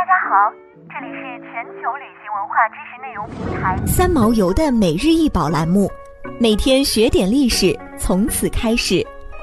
家好，这里是全球旅行文化知识内容平台三毛游的每日一宝栏目，每天学点历史，从此开始。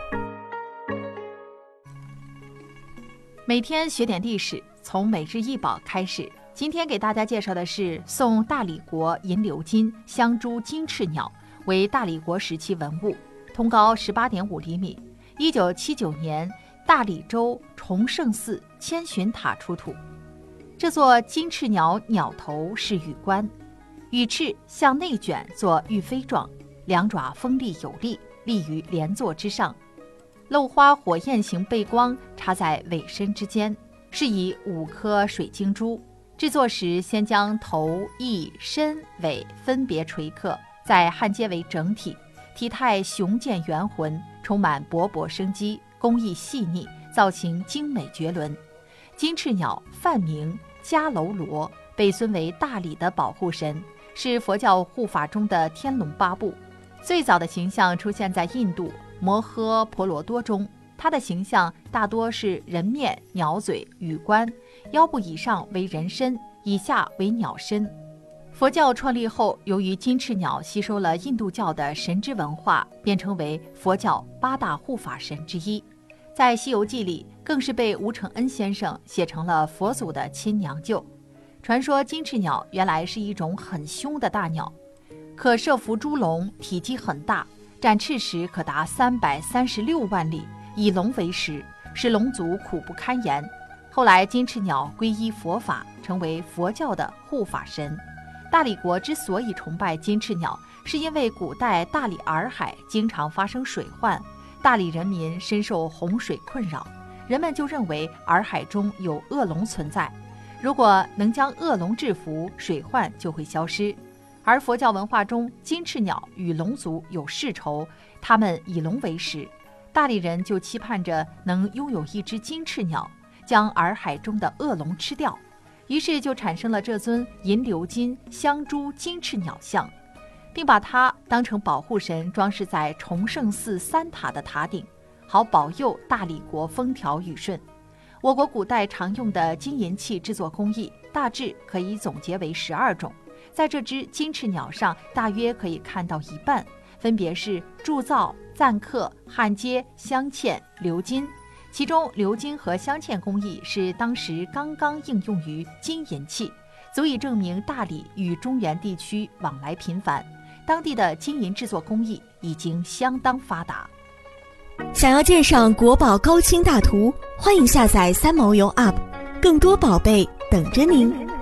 每天学点历史，从每日一宝开始。今天给大家介绍的是宋大理国银鎏金镶珠金翅鸟，为大理国时期文物，通高18.5厘米。1979年，大理州崇圣寺千寻塔出土。这座金翅鸟鸟头是羽冠，羽翅向内卷作玉飞状，两爪锋利有力，立于莲座之上。镂花火焰形背光插在尾身之间，是以5颗水晶珠。制作时先将头、翼、身、尾分别锤刻，再焊接为整体，体态雄健圆浑，充满勃勃生机，工艺细腻，造型精美绝伦。金翅鸟梵名迦楼罗，被尊为大理的保护神，是佛教护法中的天龙八部。最早的形象出现在印度摩诃婆罗多中，它的形象大多是人面、鸟嘴、羽冠，腰部以上为人身，以下为鸟身。佛教创立后，由于金翅鸟吸收了印度教的神之文化，便成为佛教8大护法神之一。在《西游记》里，更是被吴承恩先生写成了佛祖的亲娘舅。传说金翅鸟原来是一种很凶的大鸟，可摄伏诸龙，体积很大，展翅时可达336万里，以龙为食，使龙族苦不堪言。后来金翅鸟皈依佛法，成为佛教的护法神。大理国之所以崇拜金翅鸟，是因为古代大理洱海经常发生水患，大理人民深受洪水困扰，人们就认为洱海中有恶龙存在，如果能将恶龙制服，水患就会消失。而佛教文化中，金翅鸟与龙族有世仇，他们以龙为食，大理人就期盼着能拥有一只金翅鸟，将洱海中的恶龙吃掉，于是就产生了这尊银鎏金镶珠金翅鸟像，并把它当成保护神装饰在崇圣寺3塔的塔顶，好保佑大理国风调雨顺。我国古代常用的金银器制作工艺大致可以总结为12种，在这只金翅鸟上大约可以看到一半，分别是铸造、錾刻、焊接、镶嵌、鎏金。其中鎏金和镶嵌工艺是当时刚刚应用于金银器，足以证明大理与中原地区往来频繁，当地的金银制作工艺已经相当发达。 想要鉴赏国宝高清大图，欢迎下载三毛游 App， 更多宝贝等着您。